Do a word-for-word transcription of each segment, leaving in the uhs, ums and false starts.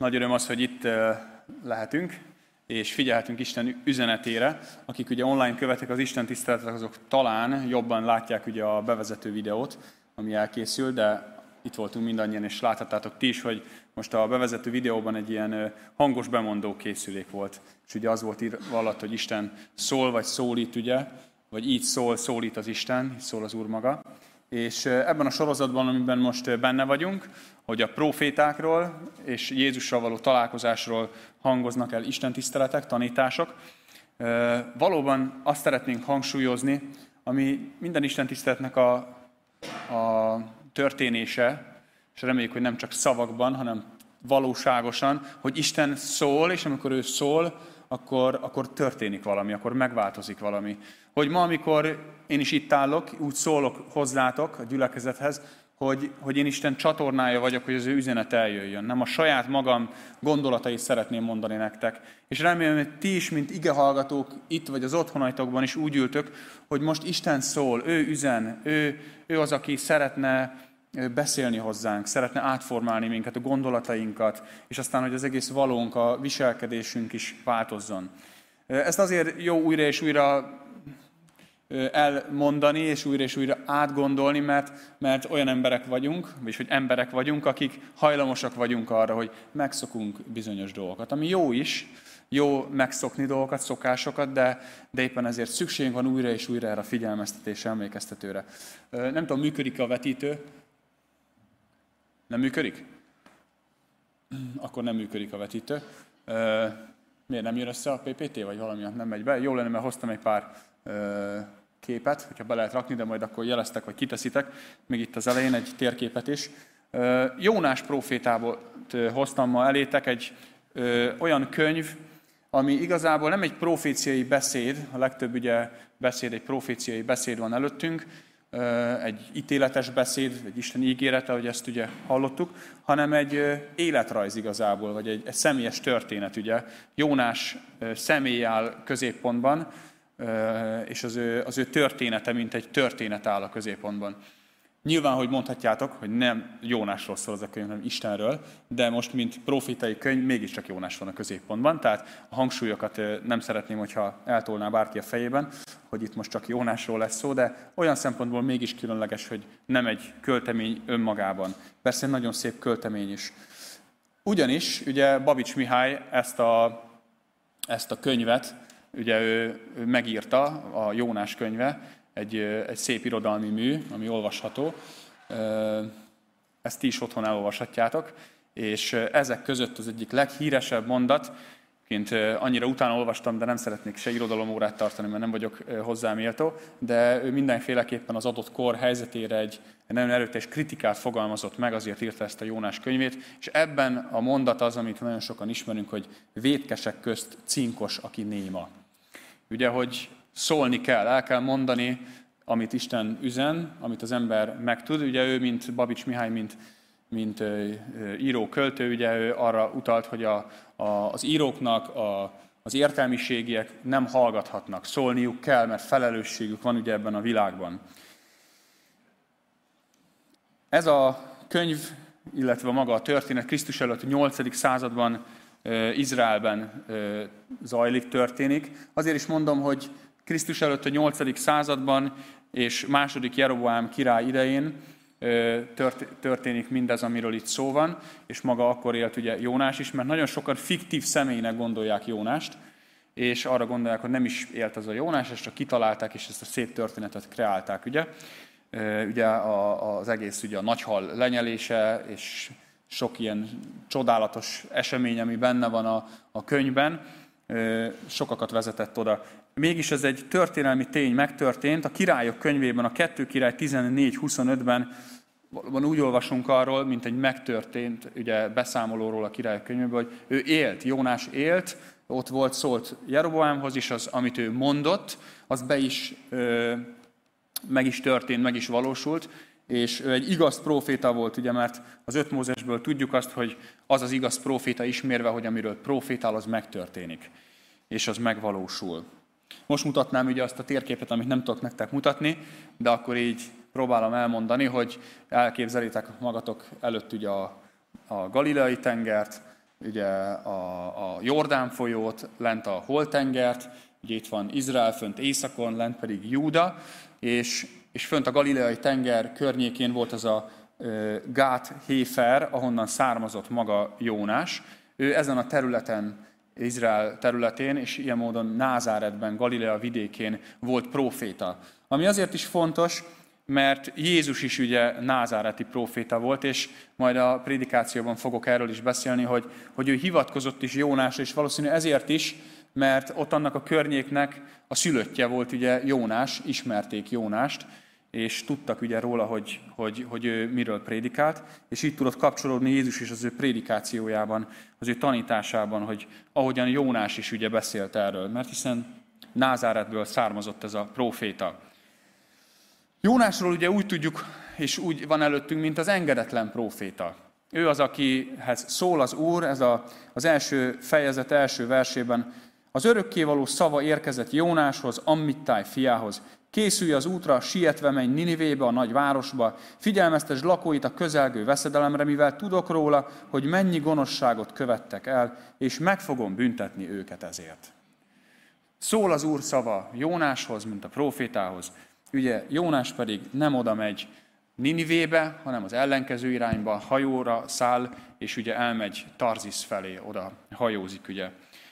Nagy öröm az, hogy itt lehetünk, és figyelhetünk Isten üzenetére. Akik ugye online követik az Isten tiszteletet, azok talán jobban látják ugye a bevezető videót, ami elkészül, de itt voltunk mindannyian, és láthattátok ti is, hogy most a bevezető videóban egy ilyen hangos bemondó készülék volt. És ugye az volt írva alatt, hogy Isten szól, vagy szólít, ugye, vagy így szól, szólít az Isten, így szól az Úr maga. És ebben a sorozatban, amiben most benne vagyunk, hogy a profétákról és Jézussal való találkozásról hangoznak el istentiszteletek, tanítások. Valóban azt szeretnénk hangsúlyozni, ami minden istentiszteletnek a, a történése, és reméljük, hogy nem csak szavakban, hanem valóságosan, hogy Isten szól, és amikor ő szól, akkor, akkor történik valami, akkor megváltozik valami. Hogy ma, amikor én is itt állok, úgy szólok hozzátok a gyülekezethez, hogy, hogy én Isten csatornája vagyok, hogy az ő üzenet eljöjjön. Nem a saját magam gondolatait szeretném mondani nektek. És remélem, hogy ti is, mint igehallgatók itt vagy az otthonaitokban is úgy ültök, hogy most Isten szól, ő üzen, ő, ő az, aki szeretne beszélni hozzánk, szeretne átformálni minket, a gondolatainkat, és aztán, hogy az egész valónk, a viselkedésünk is változzon. Ezt azért jó újra és újra elmondani, és újra és újra átgondolni, mert, mert olyan emberek vagyunk, vagyis hogy emberek vagyunk, akik hajlamosak vagyunk arra, hogy megszokunk bizonyos dolgokat. Ami jó is, jó megszokni dolgokat, szokásokat, de, de éppen ezért szükségünk van újra és újra erre a figyelmeztetésre, emlékeztetőre. Nem tudom, működik a vetítő? Nem működik? Akkor nem működik a vetítő. Miért nem jön össze a pé pé té, vagy valami nem megy be? Jó lenne, mert hoztam egy pár képet, hogyha be lehet rakni, de majd akkor jeleztek, vagy kiteszitek. Még itt az elején egy térképet is. Jónás prófétából hoztam ma elétek egy olyan könyv, ami igazából nem egy proféciai beszéd, a legtöbb ugye beszéd, egy proféciai beszéd van előttünk, egy ítéletes beszéd, egy Isten ígérete, hogy ezt ugye hallottuk, hanem egy életrajz igazából, vagy egy, egy személyes történet, ugye. Jónás személy áll középpontban, és az ő, az ő története, mint egy történet áll a középpontban. Nyilván, hogy mondhatjátok, hogy nem Jónásról szól az a könyv, hanem Istenről, de most, mint profétai könyv, mégiscsak Jónás van a középpontban, tehát a hangsúlyokat nem szeretném, hogyha eltolná bárki a fejében, hogy itt most csak Jónásról lesz szó, de olyan szempontból mégis különleges, hogy nem egy költemény önmagában. Persze nagyon szép költemény is. Ugyanis, ugye Babics Mihály ezt a, ezt a könyvet, ugye ő, ő megírta, a Jónás könyve, egy, egy szép irodalmi mű, ami olvasható. Ezt ti is otthon elolvashatjátok, és ezek között az egyik leghíresebb mondat, ként annyira utána olvastam, de nem szeretnék se irodalomórát tartani, mert nem vagyok hozzá méltó, de ő mindenféleképpen az adott kor helyzetére egy, egy nagyon erőteljes kritikát fogalmazott meg, azért írta ezt a Jónás könyvét, és ebben a mondat az, amit nagyon sokan ismerünk, hogy vétkesek közt cinkos, aki néma. Ugye, hogy szólni kell, el kell mondani, amit Isten üzen, amit az ember megtud. Ugye ő, mint Babics Mihály, mint, mint író, költő, ugye ő arra utalt, hogy a, a, az íróknak, a, az értelmiségiek nem hallgathatnak, szólniuk kell, mert felelősségük van ugye ebben a világban. Ez a könyv, illetve maga a történet Krisztus előtt a nyolcadik században Izraelben zajlik, történik. Azért is mondom, hogy Krisztus előtt a nyolcadik században és második Jeroboám király idején történik mindez, amiről itt szó van, és maga akkor élt ugye Jónás is, mert nagyon sokan fiktív személynek gondolják Jónást, és arra gondolják, hogy nem is élt az a Jónás, ezt csak kitalálták, és ezt a szép történetet kreálták, ugye. Ugye az egész ugye a nagy hal lenyelése, és sok ilyen csodálatos esemény, ami benne van a, a könyvben, sokakat vezetett oda. Mégis ez egy történelmi tény megtörtént. A Királyok könyvében, a kettő Király tizennégy huszonötben valóban úgy olvasunk arról, mint egy megtörtént ugye, beszámolóról a Királyok könyvében, hogy ő élt, Jónás élt, ott volt, szólt Jeroboámhoz is, az, amit ő mondott, az be is, ö, meg is történt, meg is valósult, és ő egy igaz próféta volt, ugye, mert az öt Mózesből tudjuk azt, hogy az az igaz próféta ismérve, hogy amiről prófétál, az megtörténik, és az megvalósul. Most mutatnám ugye azt a térképet, amit nem tudok nektek mutatni, de akkor így próbálom elmondani, hogy elképzeljétek magatok előtt ugye a, a Galileai tengert, ugye a, a Jordán folyót, lent a Holtengert, ugye itt van Izrael fönt északon, lent pedig Júda, és, és fönt a Galileai tenger környékén volt az a Gát-Héfer, ahonnan származott maga Jónás. Ő ezen a területen, Izrael területén, és ilyen módon Názáretben, Galilea vidékén volt próféta. Ami azért is fontos, mert Jézus is ugye názáreti próféta volt, és majd a prédikációban fogok erről is beszélni, hogy, hogy ő hivatkozott is Jónásra, és valószínűleg ezért is, mert ott annak a környéknek a szülöttje volt ugye Jónás, ismerték Jónást, és tudtak ugye róla, hogy, hogy, hogy ő miről prédikált, és így tudott kapcsolódni Jézus is az ő prédikációjában, az ő tanításában, hogy ahogyan Jónás is ugye beszélt erről, mert hiszen Názáretből származott ez a próféta. Jónásról ugye úgy tudjuk, és úgy van előttünk, mint az engedetlen próféta. Ő az, akihez szól az Úr, ez a, az első fejezet első versében. Az örökkévaló szava érkezett Jónáshoz, Amittai fiához. Készülj az útra, sietve menj Ninivébe, a nagy városba, figyelmeztesd lakóit a közelgő veszedelemre, mivel tudok róla, hogy mennyi gonoszságot követtek el, és meg fogom büntetni őket ezért. Szól az Úr szava Jónáshoz, mint a prófétához. Ugye Jónás pedig nem oda megy Ninivébe, hanem az ellenkező irányba, hajóra száll, és ugye elmegy Tarzisz felé, oda hajózik ugye.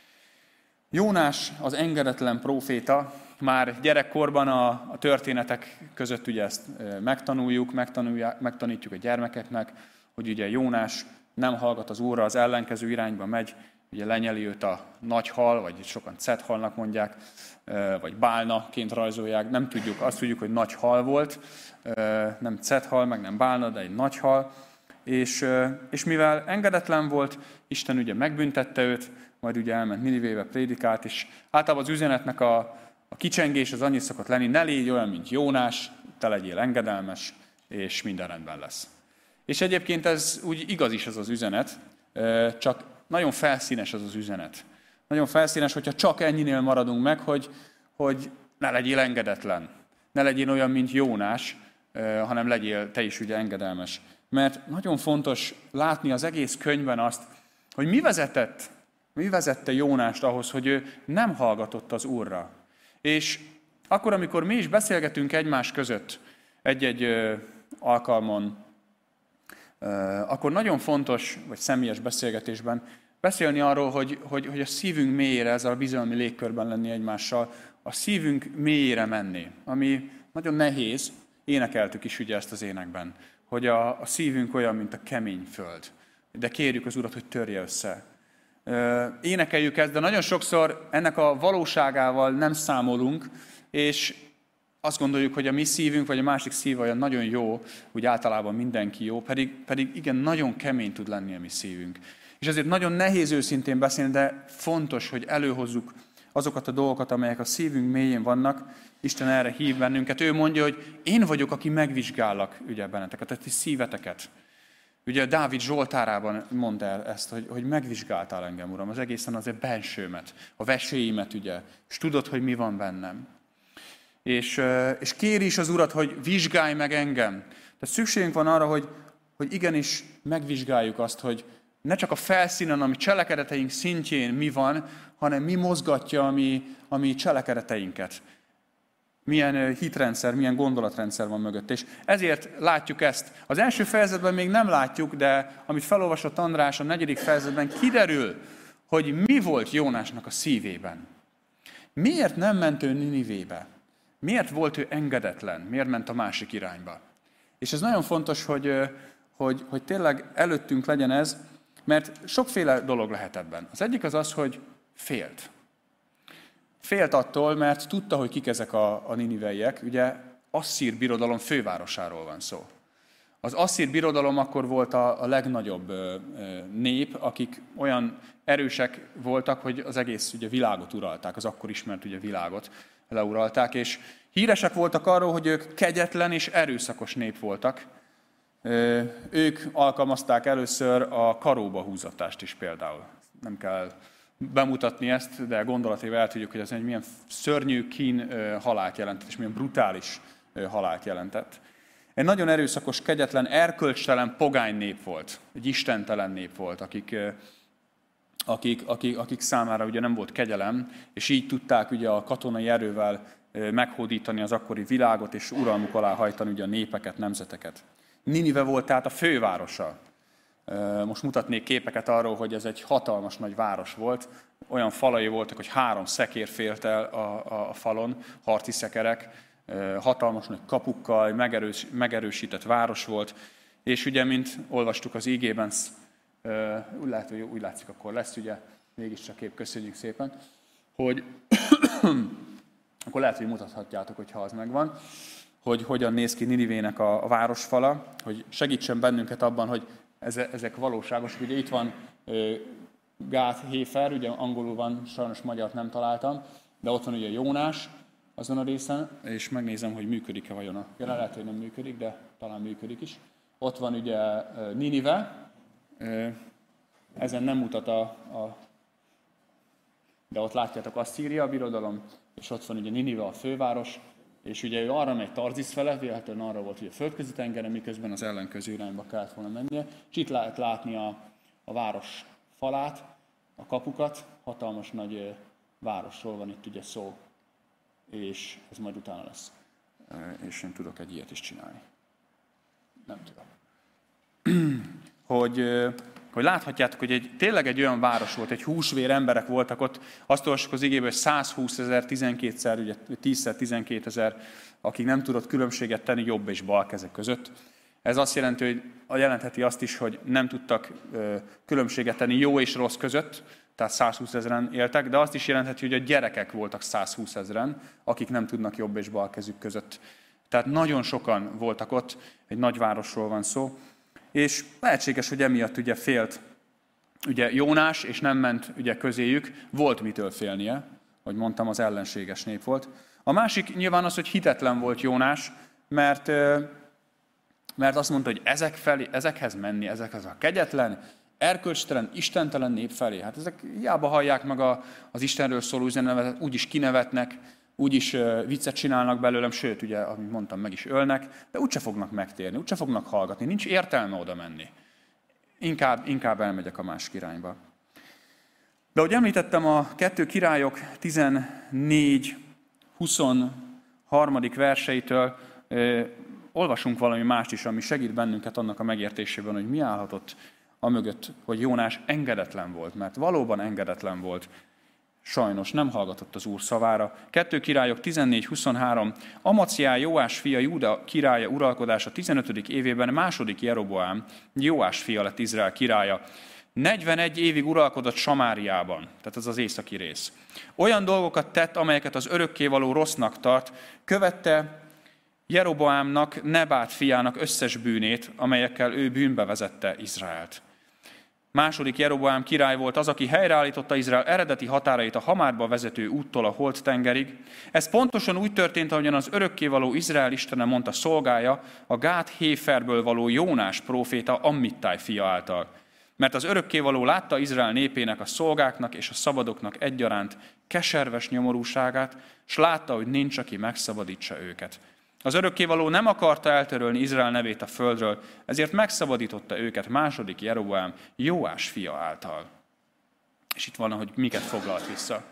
Jónás az engedetlen próféta, már gyerekkorban a, a történetek között ugye ezt megtanuljuk, megtanítjuk a gyermekeknek, hogy ugye Jónás nem hallgat az Úrra, az ellenkező irányba megy, ugye lenyeli őt a nagy hal, vagy sokan cethalnak mondják, vagy bálnaként rajzolják, nem tudjuk, azt tudjuk, hogy nagy hal volt, nem cethal, meg nem bálna, de egy nagy hal, és, és mivel engedetlen volt, Isten ugye megbüntette őt, majd ugye elment Ninivébe, prédikált, és általában az üzenetnek a, a kicsengés az annyi szokott lenni, ne légy olyan, mint Jónás, te legyél engedelmes, és minden rendben lesz. És egyébként ez úgy igaz is ez az üzenet, csak nagyon felszínes az az üzenet. Nagyon felszínes, hogyha csak ennyinél maradunk meg, hogy, hogy ne legyél engedetlen. Ne legyél olyan, mint Jónás, hanem legyél te is ugye engedelmes. Mert nagyon fontos látni az egész könyvben azt, hogy mi vezetett, mi vezette Jónást ahhoz, hogy ő nem hallgatott az Úrra. És akkor, amikor mi is beszélgetünk egymás között egy-egy alkalmon, akkor nagyon fontos, vagy személyes beszélgetésben beszélni arról, hogy, hogy, hogy a szívünk mélyére, ezzel a bizalmi légkörben lenni egymással, a szívünk mélyére menni, ami nagyon nehéz, énekeltük is ugye ezt az énekben, hogy a, a szívünk olyan, mint a kemény föld. De kérjük az Urat, hogy törje össze. Énekeljük ezt, de nagyon sokszor ennek a valóságával nem számolunk, és azt gondoljuk, hogy a mi szívünk, vagy a másik szív olyan nagyon jó, úgy általában mindenki jó, pedig, pedig igen, nagyon kemény tud lenni a mi szívünk. És ezért nagyon nehéz őszintén beszélni, de fontos, hogy előhozzuk azokat a dolgokat, amelyek a szívünk mélyén vannak. Isten erre hív bennünket. Ő mondja, hogy én vagyok, aki megvizsgállak ugye benneteket, tehát ti szíveteket. Ugye Dávid Zsoltárában mondta el ezt, hogy, hogy megvizsgáltál engem, Uram, az egészen azért bensőmet, a veséimet, ugye, és tudod, hogy mi van bennem. És, és kéri is az Urat, hogy vizsgálj meg engem. Tehát szükségünk van arra, hogy, hogy igenis megvizsgáljuk azt, hogy ne csak a felszínen, ami cselekedeteink szintjén mi van, hanem mi mozgatja a mi, a mi cselekedeteinket. Milyen hitrendszer, milyen gondolatrendszer van mögött. És ezért látjuk ezt. Az első fejezetben még nem látjuk, de amit felolvasott András a negyedik fejezetben, kiderül, hogy mi volt Jónásnak a szívében. Miért nem ment ő Ninivébe? Miért volt ő engedetlen? Miért ment a másik irányba? És ez nagyon fontos, hogy, hogy, hogy tényleg előttünk legyen ez, mert sokféle dolog lehet ebben. Az egyik az az, hogy félt. Félt attól, mert tudta, hogy kik ezek a, a niniveiek. Ugye Asszír birodalom fővárosáról van szó. Az Asszír birodalom akkor volt a, a legnagyobb ö, ö, nép, akik olyan erősek voltak, hogy az egész ugye, világot uralták, az akkor ismert ugye, világot leuralták, és híresek voltak arról, hogy ők kegyetlen és erőszakos nép voltak. Ö, ők alkalmazták először a karóba húzatást is például. Nem kell bemutatni ezt, de gondolatével el tudjuk, hogy ez egy milyen szörnyű, kín halált jelentett, és milyen brutális halált jelentett. Egy nagyon erőszakos, kegyetlen, erkölcstelen, pogány nép volt. Egy istentelen nép volt, akik akik, akik, akik számára ugye nem volt kegyelem, és így tudták ugye a katonai erővel meghódítani az akkori világot, és uralmuk alá hajtani ugye a népeket, nemzeteket. Ninive volt tehát a fővárosa. Most mutatnék képeket arról, hogy ez egy hatalmas nagy város volt. Olyan falai voltak, hogy három szekér félt el a, a, a falon, harci szekerek, hatalmas nagy kapukkal, megerős, megerősített város volt. És ugye, mint olvastuk az ígében, úgy lehet, hogy úgy látszik, akkor lesz, ugye, mégiscsak kép, köszönjük szépen, hogy akkor lehet, hogy mutathatjátok, hogyha az megvan, hogy hogyan néz ki Ninivének a, a városfala, hogy segítsen bennünket abban, hogy ezek valóságos. Ugye itt van Gát Héfer, ugye angolul van, sajnos magyart nem találtam, de ott van ugye Jónás azon a részen, és megnézem, hogy működik-e vajon a... Ja, lehet, hogy nem működik, de talán működik is. Ott van ugye Ninive, ezen nem mutat a, a... de ott látjátok Asszíria birodalom, és ott van ugye Ninive a főváros, és ugye ő arra megy Tarzisz fele, véletlenül arra volt, hogy a földközi tengeren, miközben az ellenkező irányba kellett volna mennie, és itt lehet látni a, a város falát, a kapukat, hatalmas nagy városról van itt ugye szó, és ez majd utána lesz. És én tudok egy ilyet is csinálni. Nem tudom. hogy, hogy láthatjátok, hogy egy, tényleg egy olyan város volt, egy húsvér emberek voltak ott. Azt olvassuk az igéből, hogy százhúszezer, tizenkétszer, ugye tízszer tizenkétezer, akik nem tudott különbséget tenni jobb és bal kezek között. Ez azt jelenti, hogy jelentheti azt is, hogy nem tudtak különbséget tenni jó és rossz között, tehát százhúszezren éltek, de azt is jelentheti, hogy a gyerekek voltak százhúszezren, akik nem tudnak jobb és bal kezük között. Tehát nagyon sokan voltak ott, egy nagyvárosról van szó, és lehetséges, hogy emiatt ugye félt ugye Jónás, és nem ment ugye közéjük, volt mitől félnie, hogy mondtam, az ellenséges nép volt. A másik nyilván az, hogy hitetlen volt Jónás, mert, mert azt mondta, hogy ezek felé, ezekhez menni, ezekhez a kegyetlen, erkölcstelen, istentelen nép felé. Hát ezek hiába hallják meg a, az Istenről szóló üzenetet, úgyis kinevetnek, úgyis viccet csinálnak belőlem, sőt, ugye, amit mondtam, meg is ölnek, de úgyse fognak megtérni, úgyse fognak hallgatni, nincs értelme oda menni. Inkább, inkább elmegyek a másik irányba. De ahogy említettem, a kettő Királyok tizennégy huszonharmadik verseitől ö, olvasunk valami mást is, ami segít bennünket annak a megértésében, hogy mi állhatott amögött, hogy Jónás engedetlen volt, mert valóban engedetlen volt. Sajnos nem hallgatott az Úr szavára. kettő Királyok tizennégy huszonhárom. Amaciá, Jóás fia, Júda királya uralkodása tizenötödik évében második Jeroboám, Jóás fia lett Izrael királya. negyvenegy évig uralkodott Samáriában, tehát ez az északi rész. Olyan dolgokat tett, amelyeket az örökkévaló rossznak tart, követte Jeroboámnak, Nebát fiának összes bűnét, amelyekkel ő bűnbe vezette Izraelt. Második Jeroboám király volt az, aki helyreállította Izrael eredeti határait a Hamárba vezető úttól a Holt-tengerig. Ez pontosan úgy történt, ahogyan az örökkévaló Izrael istene mondta szolgája, a Gát Héferből való Jónás próféta Amittáj fia által. Mert az örökkévaló látta Izrael népének, a szolgáknak és a szabadoknak egyaránt keserves nyomorúságát, s látta, hogy nincs, aki megszabadítsa őket. Az örökkévaló nem akarta eltörölni Izrael nevét a földről, ezért megszabadította őket második Jeroboám, Jóás fia által. És itt van, hogy miket foglalt vissza.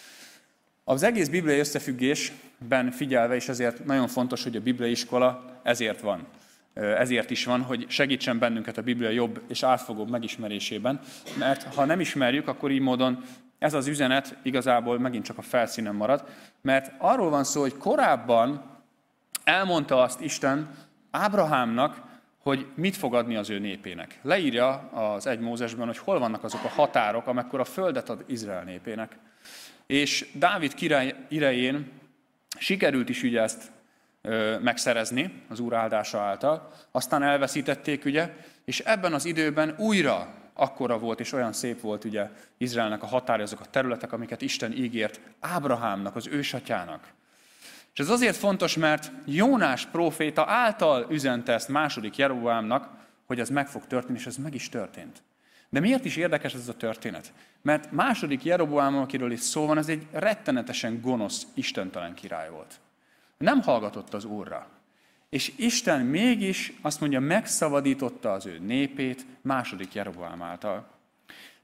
Az egész bibliai összefüggésben figyelve, és ezért nagyon fontos, hogy a bibliai iskola ezért van. Ezért is van, hogy segítsen bennünket a Biblia jobb és átfogóbb megismerésében, mert ha nem ismerjük, akkor így módon ez az üzenet igazából megint csak a felszínen marad, mert arról van szó, hogy korábban elmondta azt Isten Ábrahámnak, hogy mit fog adni az ő népének. Leírja az egy Mózesben, hogy hol vannak azok a határok, amekkor a földet ad Izrael népének. És Dávid király idején sikerült is ugye ezt ö, megszerezni az Úr áldása által, aztán elveszítették ugye, és ebben az időben újra akkora volt és olyan szép volt ugye Izraelnek a határa, azok a területek, amiket Isten ígért Ábrahámnak, az ősatyának. És ez azért fontos, mert Jónás próféta által üzente ezt második Jeroboámnak, hogy ez meg fog történni, és ez meg is történt. De miért is érdekes ez a történet? Mert második Jeroboám, akiről itt szó van, ez egy rettenetesen gonosz, istentelen király volt. Nem hallgatott az Úrra. És Isten mégis azt mondja, megszabadította az ő népét második Jeroboám által.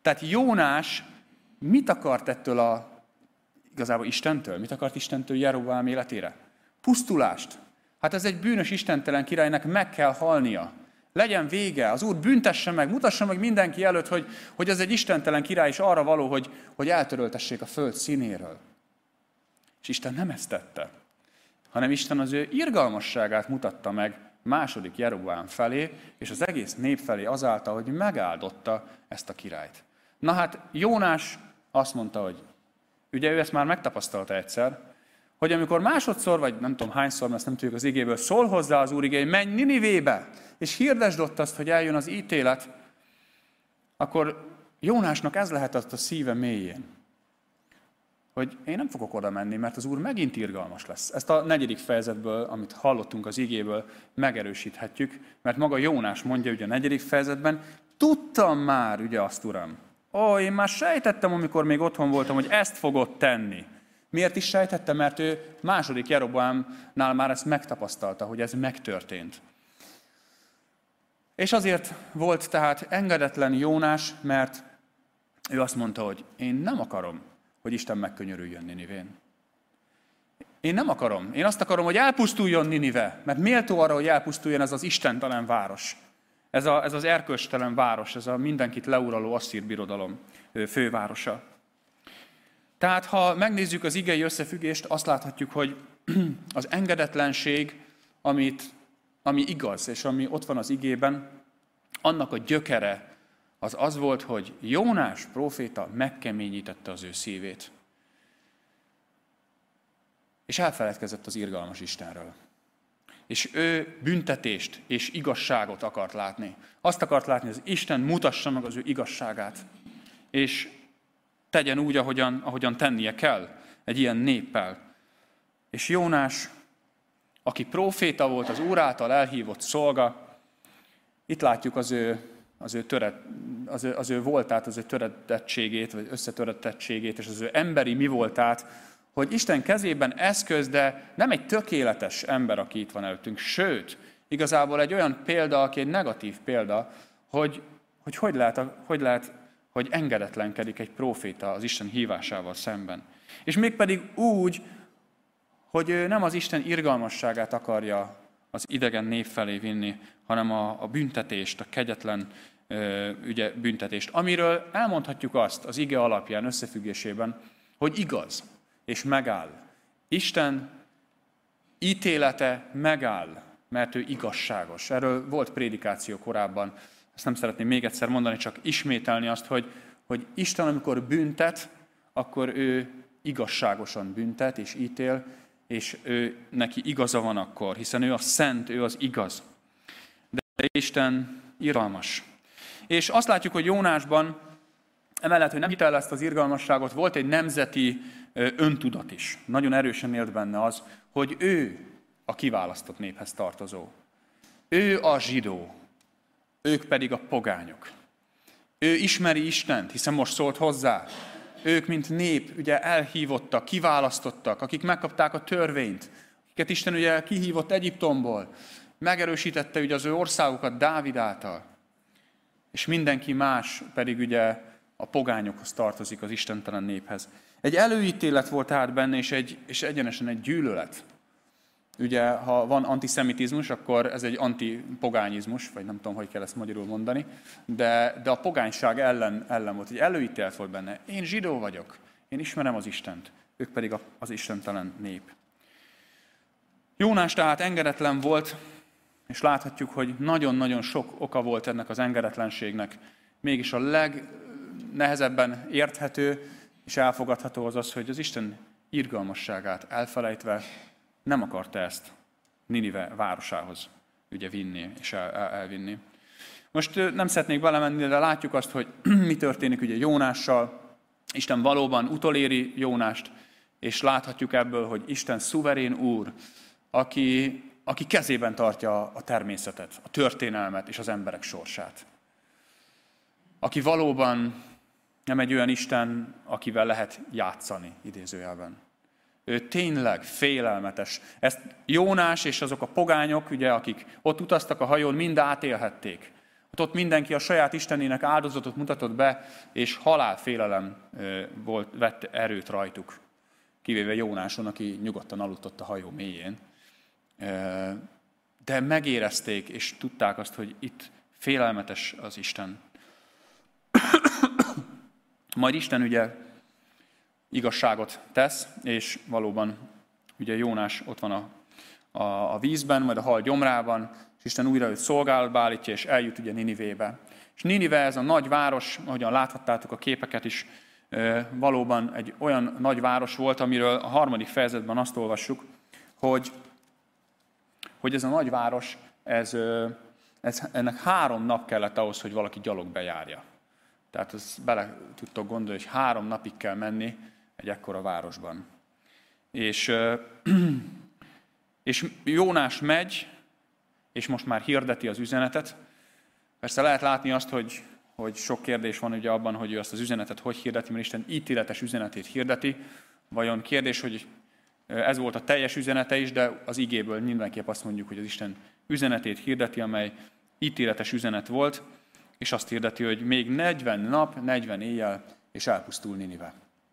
Tehát Jónás mit akart ettől a, igazából Istentől? Mit akart Istentől Jeroboám életére? Pusztulást. Hát ez egy bűnös, istentelen királynak meg kell halnia. Legyen vége, az Úr büntesse meg, mutassa meg mindenki előtt, hogy, hogy ez egy istentelen király, és arra való, hogy, hogy eltöröltessék a föld színéről. És Isten nem ezt tette, hanem Isten az ő irgalmasságát mutatta meg második Jeroboám felé, és az egész nép felé azáltal, hogy megáldotta ezt a királyt. Na hát Jónás azt mondta, hogy ugye ő ezt már megtapasztalta egyszer, hogy amikor másodszor, vagy nem tudom hányszor, mert ezt nem tudjuk az igéből, szól hozzá az Úr igény, menj Ninivébe, és hirdesd ott azt, hogy eljön az ítélet, akkor Jónásnak ez lehet azt a szíve mélyén, hogy én nem fogok oda menni, mert az Úr megint irgalmas lesz. Ezt a negyedik fejezetből, amit hallottunk az igéből, megerősíthetjük, mert maga Jónás mondja ugye a negyedik fejezetben, tudtam már, ugye azt, Uram, ó, én már sejtettem, amikor még otthon voltam, hogy ezt fogod tenni. Miért is sejtette? Mert ő második Jeroboámnál már ezt megtapasztalta, hogy ez megtörtént. És azért volt tehát engedetlen Jónás, mert ő azt mondta, hogy én nem akarom, hogy Isten megkönyörüljön Ninivén. Én nem akarom. Én azt akarom, hogy elpusztuljon Ninive, mert méltó arra, hogy elpusztuljon ez az istentelen város. Ez, a, ez az erkölcstelen város, ez a mindenkit leuraló asszír birodalom fővárosa. Tehát, ha megnézzük az igei összefüggést, azt láthatjuk, hogy az engedetlenség, amit, ami igaz, és ami ott van az igében, annak a gyökere az az volt, hogy Jónás próféta megkeményítette az ő szívét. És elfeledkezett az irgalmas Istenről. És ő büntetést és igazságot akart látni. Azt akart látni, hogy az Isten mutassa meg az ő igazságát. És tegyen úgy, ahogyan, ahogyan tennie kell egy ilyen néppel. És Jónás, aki próféta volt, az Úr által elhívott szolga, itt látjuk az ő, az ő, töret, az ő, az ő voltát, az ő töredettségét, vagy összetöredettségét, és az ő emberi mi voltát, hogy Isten kezében eszköz, de nem egy tökéletes ember, aki itt van előttünk. Sőt, igazából egy olyan példa, aki egy negatív példa, hogy hogy, hogy, lehet, hogy lehet, hogy engedetlenkedik egy próféta az Isten hívásával szemben. És mégpedig úgy, hogy ő nem az Isten irgalmasságát akarja az idegen nép felé vinni, hanem a, a büntetést, a kegyetlen ö, ügye, büntetést, amiről elmondhatjuk azt az ige alapján, összefüggésében, hogy igaz, és megáll. Isten ítélete megáll, mert ő igazságos. Erről volt prédikáció korábban. Ezt nem szeretném még egyszer mondani, csak ismételni azt, hogy, hogy Isten, amikor büntet, akkor ő igazságosan büntet és ítél, és ő, neki igaza van akkor, hiszen ő a szent, ő az igaz. De Isten irgalmas. És azt látjuk, hogy Jónásban, emellett, hogy nem hitte el ezt az irgalmasságot, volt egy nemzeti öntudat is. Nagyon erősen élt benne az, hogy ő a kiválasztott néphez tartozó. Ő a zsidó, ők pedig a pogányok. Ő ismeri Istent, hiszen most szólt hozzá. Ők, mint nép, ugye elhívottak, kiválasztottak, akik megkapták a törvényt, akiket Isten ugye kihívott Egyiptomból, megerősítette ugye az ő országukat Dávid által. És mindenki más pedig ugye a pogányokhoz tartozik, az istentelen néphez. Egy előítélet volt tehát benne, és, egy, és egyenesen egy gyűlölet. Ugye, ha van antiszemitizmus, akkor ez egy antipogányizmus, vagy nem tudom, hogy kell ezt magyarul mondani, de, de a pogányság ellen, ellen volt. Egy előítélet volt benne. Én zsidó vagyok, én ismerem az Istent, ők pedig az istentelen nép. Jónás tehát engedetlen volt, és láthatjuk, hogy nagyon-nagyon sok oka volt ennek az engedetlenségnek. Mégis a legnehezebben érthető és elfogadható az az, hogy az Isten irgalmasságát elfelejtve nem akarta ezt Ninive városához ugye vinni és el, el, elvinni. Most nem szeretnék belemenni, de látjuk azt, hogy mi történik ugye Jónással. Isten valóban utoléri Jónást, és láthatjuk ebből, hogy Isten szuverén Úr, aki, aki kezében tartja a természetet, a történelmet és az emberek sorsát. Aki valóban nem egy olyan Isten, akivel lehet játszani, idézőjelben. Ő tényleg félelmetes. Ezt Jónás és azok a pogányok, ugye, akik ott utaztak a hajón, mind átélhették. Ott mindenki a saját istenének áldozatot mutatott be, és halálfélelem volt, vett erőt rajtuk. Kivéve Jónáson, aki nyugodtan aludt ott a hajó mélyén. De megérezték, és tudták azt, hogy itt félelmetes az Isten. Majd Isten ugye igazságot tesz, és valóban ugye Jónás ott van a, a, a vízben, majd a hal gyomrában, és Isten újra őt szolgálatba állítja, és eljut ugye Ninivébe. És Ninive, ez a nagy város, ahogyan láthattátok a képeket is, valóban egy olyan nagy város volt, amiről a harmadik fejezetben azt olvassuk, hogy, hogy ez a nagy város, ez, ez, ennek három nap kellett ahhoz, hogy valaki gyalog bejárja. Tehát ezt bele tudtok gondolni, hogy három napig kell menni egy ekkora városban. És, és Jónás megy, és most már hirdeti az üzenetet. Persze lehet látni azt, hogy, hogy sok kérdés van ugye abban, hogy ő azt az üzenetet hogy hirdeti, mert Isten ítéletes üzenetét hirdeti. Vajon kérdés, hogy ez volt a teljes üzenete is, de az igéből mindenképp azt mondjuk, hogy az Isten üzenetét hirdeti, amely ítéletes üzenet volt, és azt hirdeti, hogy még negyven nap, negyven éjjel, és elpusztul Ninive.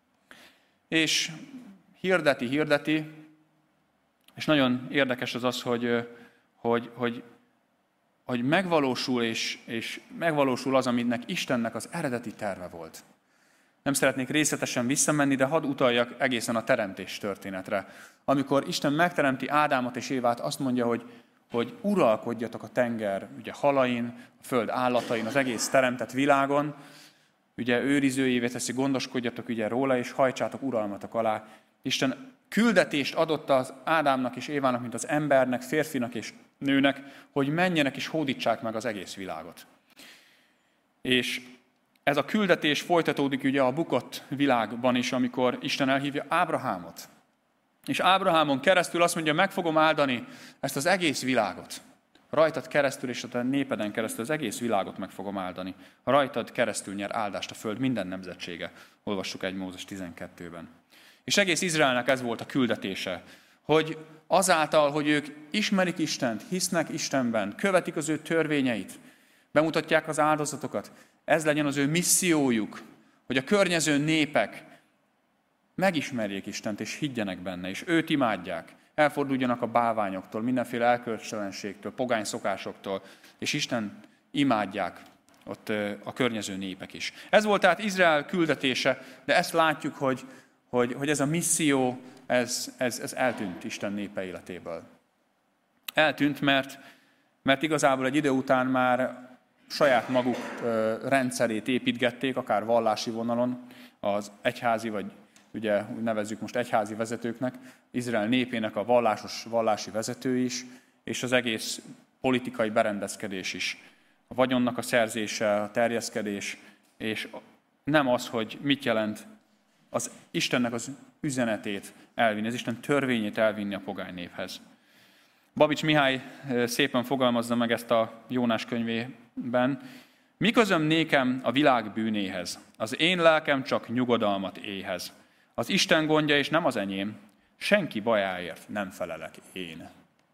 És hirdeti, hirdeti, és nagyon érdekes az az, hogy, hogy, hogy, hogy megvalósul, és, és megvalósul az, aminek Istennek az eredeti terve volt. Nem szeretnék részletesen visszamenni, de hadd utaljak egészen a teremtés történetre. Amikor Isten megteremti Ádámot és Évát, azt mondja, hogy, hogy uralkodjatok a tenger ugye, halain, a föld állatain, az egész teremtett világon, ugye őrizőjévé teszi, gondoskodjatok ugye róla, és hajtsátok uralmatok alá. Isten küldetést adott az Ádámnak és Évának, mint az embernek, férfinak és nőnek, hogy menjenek és hódítsák meg az egész világot. És ez a küldetés folytatódik ugye a bukott világban is, amikor Isten elhívja Ábrahámot. És Ábrahámon keresztül azt mondja, meg fogom áldani ezt az egész világot. Rajtad keresztül és a te népeden keresztül az egész világot meg fogom áldani. Rajtad keresztül nyer áldást a föld minden nemzetsége. Olvassuk egy Mózes tizenkettőben. És egész Izraelnek ez volt a küldetése, hogy azáltal, hogy ők ismerik Istent, hisznek Istenben, követik az ő törvényeit, bemutatják az áldozatokat, ez legyen az ő missziójuk, hogy a környező népek megismerjék Istent és higgyenek benne, és őt imádják, elforduljanak a bálványoktól, mindenféle elkölcstelenségtől, pogány szokásoktól, és Isten imádják ott a környező népek is. Ez volt tehát Izrael küldetése, de ezt látjuk, hogy, hogy, hogy ez a misszió, ez, ez, ez eltűnt Isten népe életéből. Eltűnt, mert, mert igazából egy idő után már saját maguk rendszerét építgették, akár vallási vonalon, az egyházi, vagy ugye úgy nevezzük most egyházi vezetőknek, Izrael népének a vallásos, vallási vezető is, és az egész politikai berendezkedés is. A vagyonnak a szerzése, a terjeszkedés, és nem az, hogy mit jelent az Istennek az üzenetét elvinni, az Isten törvényét elvinni a pogány néphez. Babics Mihály szépen fogalmazza meg ezt a Jónás könyvében. Mi közöm nékem a világ bűnéhez? Az én lelkem csak nyugodalmat éhez. Az Isten gondja és nem az enyém. Senki bajáért nem felelek én.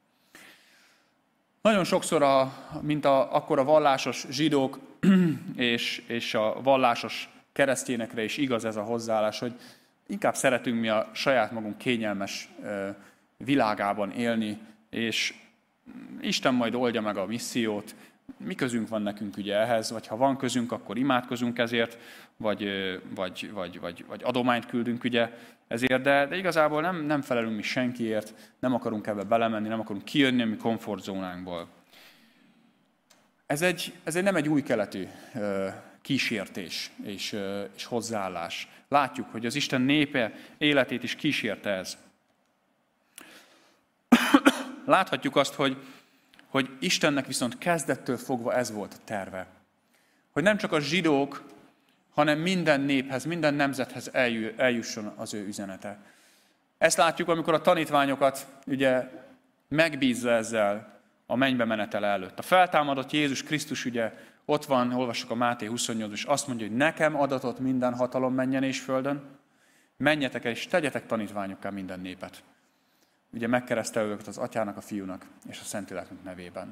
Nagyon sokszor, a, mint a, akkor a vallásos zsidók és, és a vallásos keresztényekre is igaz ez a hozzáállás, hogy inkább szeretünk mi a saját magunk kényelmes világában élni, és Isten majd oldja meg a missziót. Mi közünk van nekünk ugye ehhez, vagy ha van közünk, akkor imádkozunk ezért, vagy, vagy, vagy, vagy, vagy adományt küldünk ugye ezért, de, de igazából nem, nem felelünk mi senkiért, nem akarunk ebbe belemenni, nem akarunk kijönni a mi komfortzónánkból. Ez, egy, ez egy nem egy új keletű kísértés és, és hozzáállás. Látjuk, hogy az Isten népe életét is kísérte ez. Láthatjuk azt, hogy, hogy Istennek viszont kezdettől fogva ez volt a terve. Hogy nem csak a zsidók, hanem minden néphez, minden nemzethez eljusson az ő üzenete. Ezt látjuk, amikor a tanítványokat ugye megbízza ezzel a mennybe menetele előtt. A feltámadott Jézus Krisztus ugye ott van, olvassuk a Máté huszonnyolcban, és azt mondja, hogy nekem adatott minden hatalom mennyen és földön, menjetek el és tegyetek tanítványokká minden népet. Ugye megkeresztelve őket az Atyának, a Fiúnak és a Szentléleknek nevében.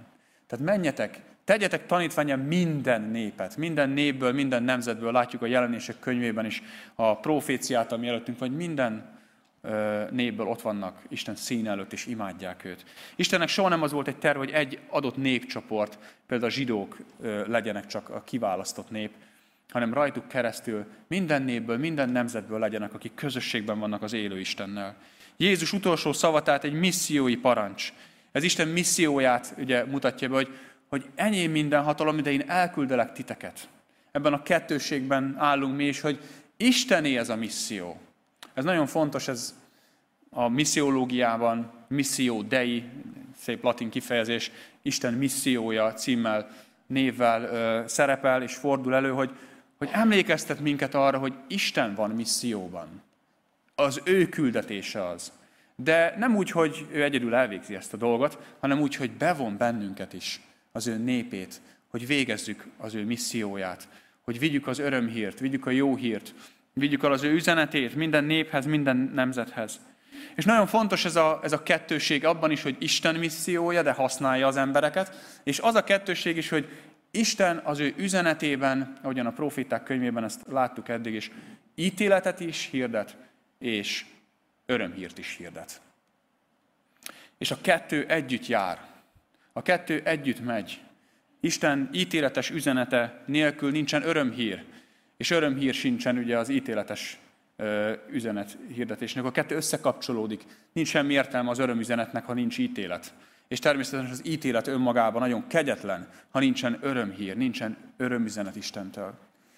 Tehát menjetek, tegyetek tanítvánnyá minden népet, minden népből, minden nemzetből, látjuk a Jelenések könyvében is a proféciát, ami előttünk, vagy minden népből ott vannak Isten színe előtt, és imádják őt. Istennek soha nem az volt egy terv, hogy egy adott népcsoport, például a zsidók legyenek csak a kiválasztott nép, hanem rajtuk keresztül minden népből, minden nemzetből legyenek, akik közösségben vannak az élő Istennel. Jézus utolsó szava, tehát egy missziói parancs. Ez Isten misszióját ugye mutatja be, hogy, hogy enyém minden hatalom, de én elküldelek titeket. Ebben a kettőségben állunk mi is, hogy Istené ez a misszió. Ez nagyon fontos, ez a missziológiában, missio dei, szép latin kifejezés, Isten missziója címmel, névvel ö, szerepel és fordul elő, hogy, hogy emlékeztet minket arra, hogy Isten van misszióban. Az ő küldetése az. De nem úgy, hogy ő egyedül elvégzi ezt a dolgot, hanem úgy, hogy bevon bennünket is, az ő népét, hogy végezzük az ő misszióját, hogy vigyük az örömhírt, vigyük a jó hírt, vigyük el az ő üzenetét minden néphez, minden nemzethez. És nagyon fontos ez a, ez a kettőség abban is, hogy Isten missziója, de használja az embereket, és az a kettőség is, hogy Isten az ő üzenetében, ahogyan a proféták könyvében ezt láttuk eddig is, ítéletet is hirdet, és örömhírt is hirdet. És a kettő együtt jár. A kettő együtt megy. Isten ítéletes üzenete nélkül nincsen örömhír, és örömhír sincsen ugye az ítéletes ö, üzenet hirdetésnek. A kettő összekapcsolódik. Nincs semmi értelme az örömüzenetnek, ha nincs ítélet. És természetesen az ítélet önmagában nagyon kegyetlen, ha nincsen örömhír, nincsen örömüzenet Istentől.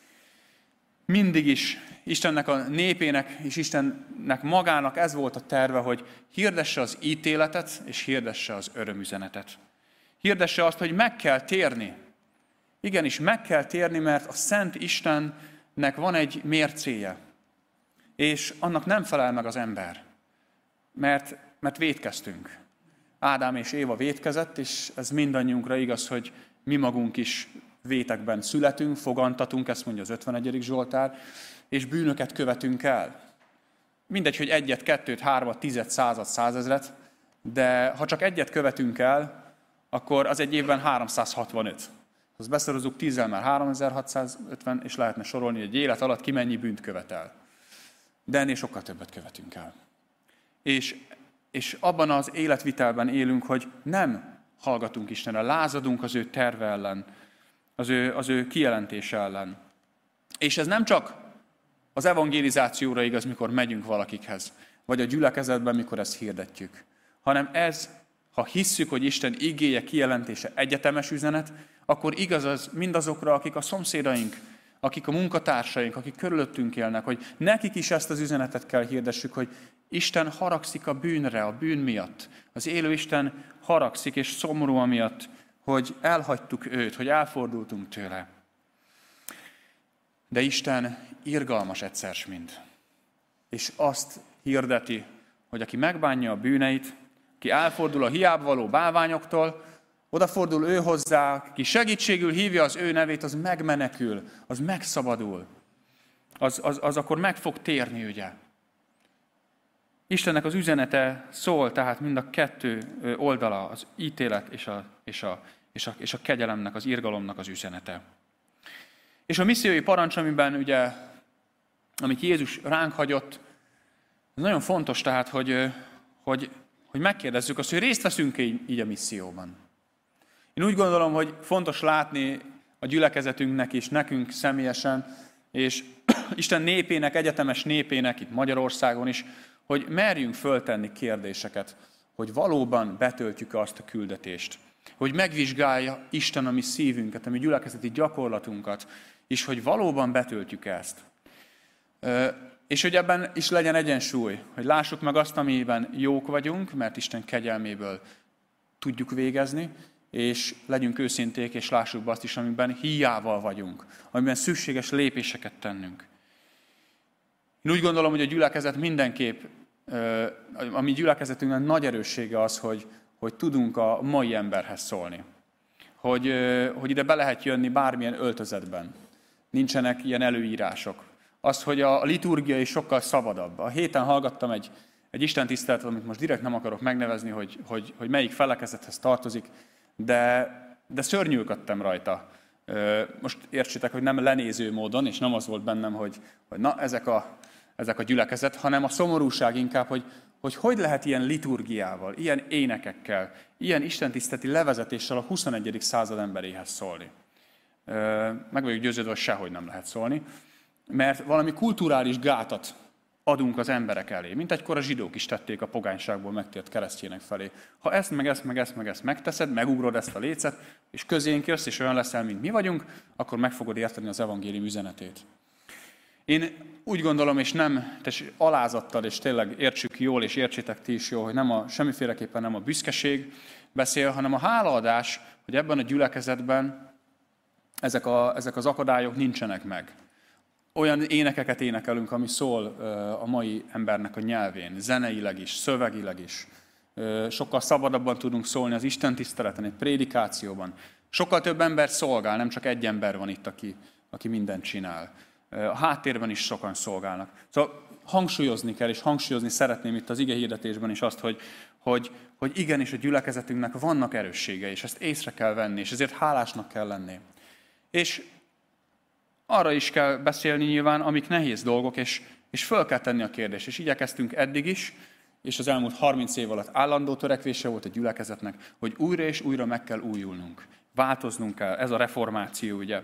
Mindig is Istennek a népének és Istennek magának ez volt a terve, hogy hirdesse az ítéletet és hirdesse az örömüzenetet. Hirdesse azt, hogy meg kell térni. Igenis, meg kell térni, mert a Szent Istennek van egy mércéje. És annak nem felel meg az ember. Mert, mert vétkeztünk. Ádám és Éva vétkezett, és ez mindannyiunkra igaz, hogy mi magunk is vétekben születünk, fogantatunk, ezt mondja az ötvenegyedik Zsoltár, és bűnöket követünk el. Mindegy, hogy egyet, kettőt, hármat, tizet, százat, százezret, de ha csak egyet követünk el, akkor az egy évben háromszázhatvanöt. Azt beszorozzuk tízzel, már háromezer-hatszázötven, és lehetne sorolni, hogy egy élet alatt ki mennyi bűnt követel. De ennél sokkal többet követünk el. És, és abban az életvitelben élünk, hogy nem hallgatunk Istenre, lázadunk az ő terve ellen, az ő, az ő kijelentése ellen. És ez nem csak az evangelizációra igaz, mikor megyünk valakikhez, vagy a gyülekezetben, mikor ezt hirdetjük, hanem ez, ha hisszük, hogy Isten igéje, kijelentése egyetemes üzenet, akkor igaz az mindazokra, akik a szomszédaink, akik a munkatársaink, akik körülöttünk élnek, hogy nekik is ezt az üzenetet kell hirdessük, hogy Isten haragszik a bűnre, a bűn miatt. Az élő Isten haragszik és szomorú amiatt, hogy elhagytuk őt, hogy elfordultunk tőle. De Isten irgalmas egyszer s mind. És azt hirdeti, hogy aki megbánja a bűneit, aki elfordul a hiába való bálványoktól, odafordul ő hozzá, aki segítségül hívja az ő nevét, az megmenekül, az megszabadul. Az, az, az akkor meg fog térni, ugye? Istennek az üzenete szól, tehát mind a kettő oldala, az ítélet és a, és a, és a, és a kegyelemnek, az irgalomnak az üzenete. És a missziói parancs, amiben ugye, amit Jézus ránk hagyott, ez nagyon fontos tehát, hogy, hogy, hogy megkérdezzük azt, hogy részt veszünk-e így a misszióban. Én úgy gondolom, hogy fontos látni a gyülekezetünknek és nekünk személyesen, és Isten népének, egyetemes népének, itt Magyarországon is, hogy merjünk föltenni kérdéseket, hogy valóban betöltjük azt a küldetést. Hogy megvizsgálja Isten a mi szívünket, a mi gyülekezeti gyakorlatunkat, és hogy valóban betöltjük ezt. És hogy ebben is legyen egyensúly, hogy lássuk meg azt, amiben jók vagyunk, mert Isten kegyelméből tudjuk végezni, és legyünk őszinték, és lássuk be azt is, amiben hiával vagyunk, amiben szükséges lépéseket tennünk. Én úgy gondolom, hogy a gyülekezet mindenképp, a mi gyülekezetünknek nagy erőssége az, hogy, hogy tudunk a mai emberhez szólni. Hogy, hogy ide be lehet jönni bármilyen öltözetben. Nincsenek ilyen előírások. Az, hogy a liturgia is sokkal szabadabb. A héten hallgattam egy, egy istentiszteletet, amit most direkt nem akarok megnevezni, hogy, hogy, hogy melyik felekezethez tartozik, de de szörnyűködtem rajta. Most értsétek, hogy nem lenéző módon, és nem az volt bennem, hogy, hogy na, ezek a, ezek a gyülekezet, hanem a szomorúság inkább, hogy, hogy hogy lehet ilyen liturgiával, ilyen énekekkel, ilyen istentiszteleti levezetéssel a huszonegyedik század emberéhez szólni. Meg vagyok győződve, hogy sehogy nem lehet szólni, mert valami kulturális gátat adunk az emberek elé, mint egykor a zsidók is tették a pogányságból megtért keresztjének felé. Ha ezt, meg ezt, meg ezt, meg ezt megteszed, megugrod ezt a lécet, és közénk jössz, és olyan leszel, mint mi vagyunk, akkor meg fogod érteni az evangélium üzenetét. Én úgy gondolom, és nem, és alázattal, és tényleg értsük jól, és értsétek ti is jól, hogy nem a, semmiféleképpen nem a büszkeség beszél, hanem a hálaadás, hogy ebben a gyülekezetben ezek, a, ezek az akadályok nincsenek meg. Olyan énekeket énekelünk, ami szól a mai embernek a nyelvén, zeneileg is, szövegileg is. Sokkal szabadabban tudunk szólni az istentiszteleten, egy prédikációban. Sokkal több ember szolgál, nem csak egy ember van itt, aki, aki mindent csinál. A háttérben is sokan szolgálnak. Szóval hangsúlyozni kell, és hangsúlyozni szeretném itt az igehirdetésben is azt, hogy, hogy, hogy igenis a gyülekezetünknek vannak erősségei, és ezt észre kell venni, és ezért hálásnak kell lenni. És arra is kell beszélni nyilván, amik nehéz dolgok, és, és föl kell tenni a kérdést. És igyekeztünk eddig is, és az elmúlt harminc év alatt állandó törekvése volt a gyülekezetnek, hogy újra és újra meg kell újulnunk. Változnunk kell. Ez a reformáció, ugye.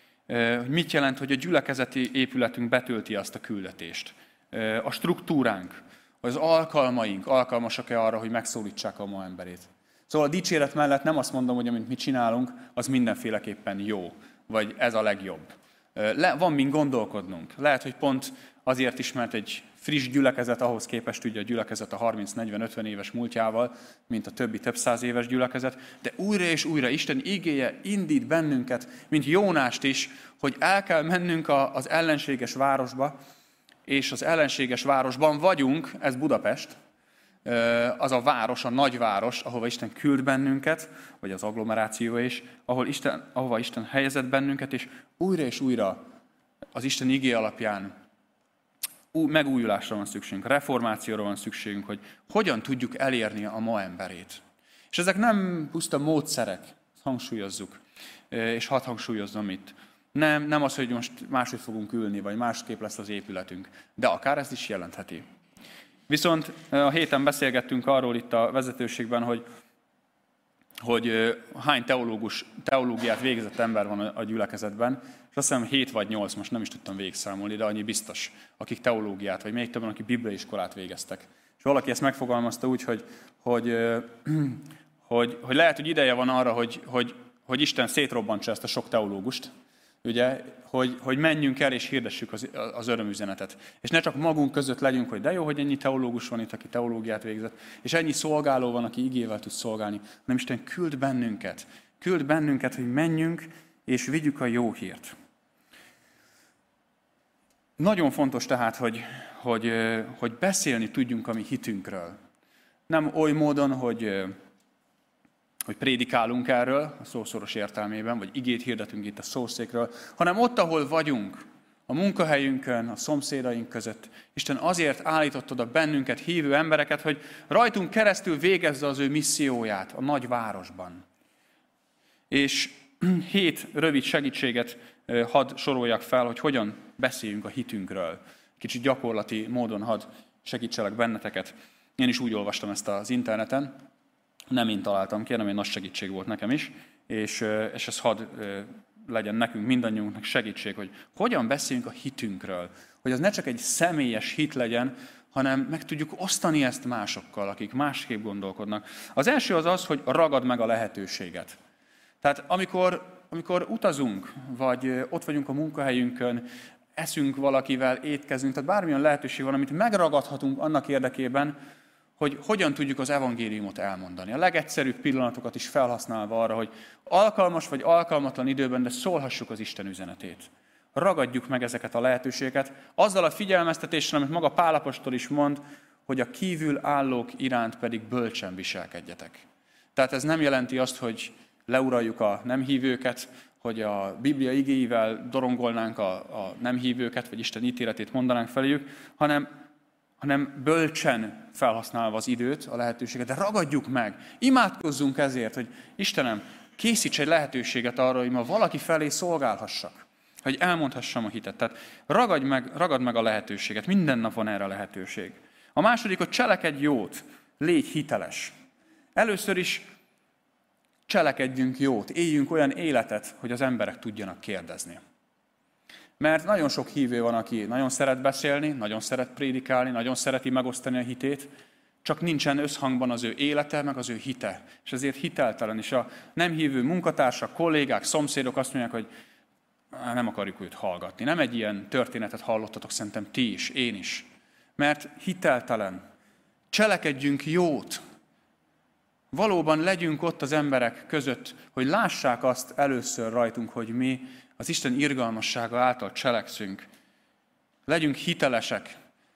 Mit jelent, hogy a gyülekezeti épületünk betölti azt a küldetést? A struktúránk, az alkalmaink alkalmasak-e arra, hogy megszólítsák a ma emberét? Szóval a dicséret mellett nem azt mondom, hogy amit mi csinálunk, az mindenféleképpen jó, vagy ez a legjobb. Le, van mind gondolkodnunk. Lehet, hogy pont azért is, mert egy friss gyülekezet ahhoz képest ugye a gyülekezet a harminc negyven ötven éves múltjával, mint a többi több száz éves gyülekezet, de újra és újra Isten igéje indít bennünket, mint Jónást is, hogy el kell mennünk az ellenséges városba, és az ellenséges városban vagyunk, ez Budapest, az a város, a nagyváros, ahova Isten küld bennünket, vagy az agglomeráció is, ahol Isten, ahova Isten helyezett bennünket, és újra és újra az Isten igé alapján megújulásra van szükségünk, reformációra van szükségünk, hogy hogyan tudjuk elérni a ma emberét. És ezek nem puszta módszerek, hangsúlyozzuk, és hadd hangsúlyozzam itt. Nem, nem az, hogy most máshogy fogunk ülni, vagy másképp lesz az épületünk, de akár ez is jelentheti. Viszont a héten beszélgettünk arról itt a vezetőségben, hogy, hogy hány teológus, teológiát végzett ember van a gyülekezetben, és azt hiszem hét vagy nyolc, most nem is tudtam végigszámolni, de annyi biztos, akik teológiát, vagy még többen, akik bibliaiskolát végeztek. És valaki ezt megfogalmazta úgy, hogy, hogy, hogy, hogy lehet, hogy ideje van arra, hogy, hogy, hogy Isten szétrobbantsa ezt a sok teológust, ugye, hogy, hogy menjünk el és hirdessük az, az örömüzenetet. És ne csak magunk között legyünk, hogy de jó, hogy ennyi teológus van itt, aki teológiát végzett, és ennyi szolgáló van, aki igével tud szolgálni, hanem Isten küld bennünket. Küld bennünket, hogy menjünk és vigyük a jó hírt. Nagyon fontos tehát, hogy, hogy, hogy beszélni tudjunk a mi hitünkről. Nem oly módon, hogy... hogy prédikálunk erről, a szószoros értelmében, vagy igét hirdetünk itt a szószékről, hanem ott, ahol vagyunk, a munkahelyünkön, a szomszédaink között. Isten azért állított oda bennünket, hívő embereket, hogy rajtunk keresztül végezze az ő misszióját a nagy városban. És hét rövid segítséget hadd soroljak fel, hogy hogyan beszéljünk a hitünkről. Kicsit gyakorlati módon hadd segítselek benneteket. Én is úgy olvastam ezt az interneten, nem én találtam ki, hanem egy nagy segítség volt nekem is, és, és ez hadd legyen nekünk, mindannyiunknak segítség, hogy hogyan beszéljünk a hitünkről. Hogy az ne csak egy személyes hit legyen, hanem meg tudjuk osztani ezt másokkal, akik másképp gondolkodnak. Az első az az, hogy ragad meg a lehetőséget. Tehát amikor, amikor utazunk, vagy ott vagyunk a munkahelyünkön, eszünk valakivel, étkezünk, tehát bármilyen lehetőség van, amit megragadhatunk annak érdekében, hogy hogyan tudjuk az evangéliumot elmondani. A legegyszerűbb pillanatokat is felhasználva arra, hogy alkalmas vagy alkalmatlan időben, de szólhassuk az Isten üzenetét. Ragadjuk meg ezeket a lehetőségeket, azzal a figyelmeztetéssel, amit maga Pál apostol is mond, hogy a kívül állók iránt pedig bölcsen viselkedjetek. Tehát ez nem jelenti azt, hogy leuraljuk a nem hívőket, hogy a Biblia igéivel dorongolnánk a, a nem hívőket, vagy Isten ítéletét mondanánk feléjük, hanem hanem bölcsen felhasználva az időt, a lehetőséget, de ragadjuk meg, imádkozzunk ezért, hogy Istenem, készíts egy lehetőséget arra, hogy ma valaki felé szolgálhassak, hogy elmondhassam a hitet. Tehát ragadj meg, ragad meg a lehetőséget, minden nap van erre a lehetőség. A második, hogy cselekedj jót, légy hiteles. Először is cselekedjünk jót, éljünk olyan életet, hogy az emberek tudjanak kérdezni. Mert nagyon sok hívő van, aki nagyon szeret beszélni, nagyon szeret prédikálni, nagyon szereti megosztani a hitét, csak nincsen összhangban az ő élete, meg az ő hite. És ezért hiteltelen. És a nem hívő munkatársak, kollégák, szomszédok azt mondják, hogy nem akarjuk őt hallgatni. Nem egy ilyen történetet hallottatok szerintem ti is, én is. Mert hiteltelen. Cselekedjünk jót. Valóban legyünk ott az emberek között, hogy lássák azt először rajtunk, hogy mi az Isten irgalmassága által cselekszünk. Legyünk hitelesek,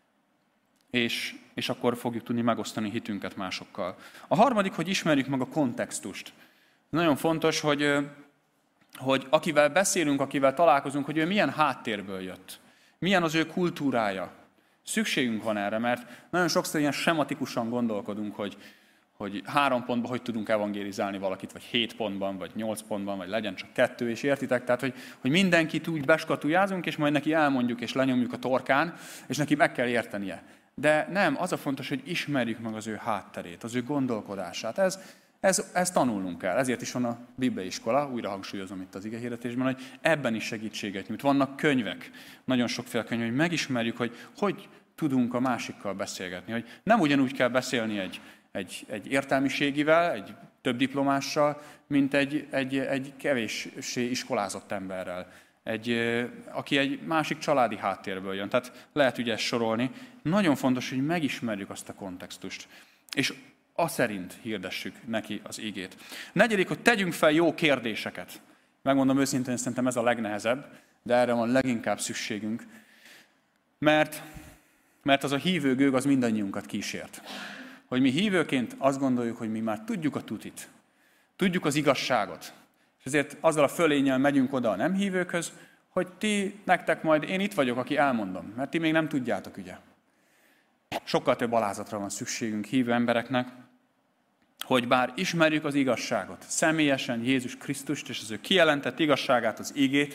és, és akkor fogjuk tudni megosztani hitünket másokkal. A harmadik, hogy ismerjük meg a kontextust. Nagyon fontos, hogy, hogy akivel beszélünk, akivel találkozunk, hogy ő milyen háttérből jött. Milyen az ő kultúrája. Szükségünk van erre, mert nagyon sokszor ilyen sematikusan gondolkodunk, hogy hogy három pontban hogy tudunk evangélizálni valakit, vagy hét pontban, vagy nyolc pontban, vagy legyen csak kettő, és értitek? Tehát, hogy, hogy mindenkit úgy beskatujázunk, és majd neki elmondjuk, és lenyomjuk a torkán, és neki meg kell értenie. De nem, az a fontos, hogy ismerjük meg az ő hátterét, az ő gondolkodását. Ez, ez, ez tanulnunk kell. Ezért is van a bibliaiskola, újra hangsúlyozom itt az igehirdetésben, hogy ebben is segítséget nyújt. Vannak könyvek, nagyon sokféle könyv, hogy megismerjük, hogy hogy tudunk a másikkal beszélgetni. Hogy nem ugyanúgy kell beszélni egy Egy, egy értelmiségivel, egy több diplomással, mint egy, egy, egy kevéssé iskolázott emberrel, egy, aki egy másik családi háttérből jön. Tehát lehet ugye ezt sorolni. Nagyon fontos, hogy megismerjük azt a kontextust, és azt szerint hirdessük neki az igét. Negyedik, hogy tegyünk fel jó kérdéseket. Megmondom őszintén, szerintem ez a legnehezebb, de erre van leginkább szükségünk, mert, mert az a hívő gőg az mindannyiunkat kísért. Hogy mi hívőként azt gondoljuk, hogy mi már tudjuk a tutit, tudjuk az igazságot. És ezért azzal a fölénnyel megyünk oda a nem hívőkhöz, hogy ti, nektek majd én itt vagyok, aki elmondom, mert ti még nem tudjátok, ugye. Sokkal több alázatra van szükségünk hívő embereknek, hogy bár ismerjük az igazságot, személyesen Jézus Krisztust és az ő kijelentett igazságát, az igét,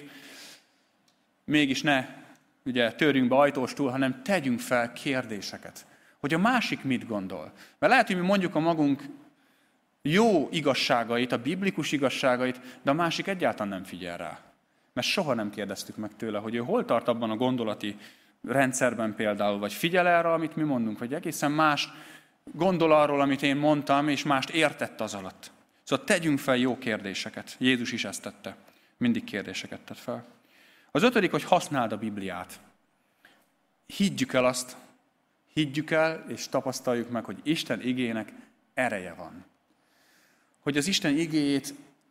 mégis ne ugye, törjünk be ajtóstól, hanem tegyünk fel kérdéseket. Hogy a másik mit gondol. Mert lehet, hogy mi mondjuk a magunk jó igazságait, a biblikus igazságait, de a másik egyáltalán nem figyel rá. Mert soha nem kérdeztük meg tőle, hogy ő hol tart abban a gondolati rendszerben például, vagy figyel erre, amit mi mondunk, vagy egészen más gondol arról, amit én mondtam, és mást értett az alatt. Szóval tegyünk fel jó kérdéseket. Jézus is ezt tette. Mindig kérdéseket tett fel. Az ötödik, hogy használd a Bibliát. Higgyük el azt, Higgyük el és tapasztaljuk meg, hogy Isten igének ereje van. Hogy az Isten igéjét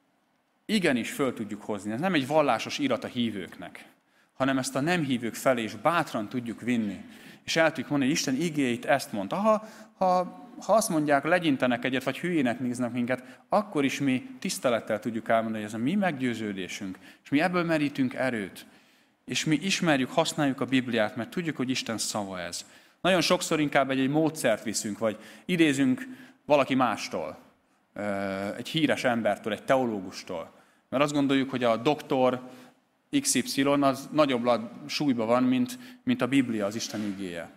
igenis föl tudjuk hozni. Ez nem egy vallásos irat a hívőknek, hanem ezt a nem hívők felé is bátran tudjuk vinni. És el tudjuk mondani, hogy Isten igéjét ezt mondta. Ha, ha, ha azt mondják, legyintenek egyet, vagy hülyének néznek minket, akkor is mi tisztelettel tudjuk elmondani, hogy ez a mi meggyőződésünk, és mi ebből merítünk erőt. És mi ismerjük, használjuk a Bibliát, mert tudjuk, hogy Isten szava ez. Nagyon sokszor inkább egy, egy módszert viszünk, vagy idézünk valaki mástól, egy híres embertől, egy teológustól. Mert azt gondoljuk, hogy a doktor iksz ipszilon az nagyobb súlyban van, mint, mint a Biblia, az Isten igéje.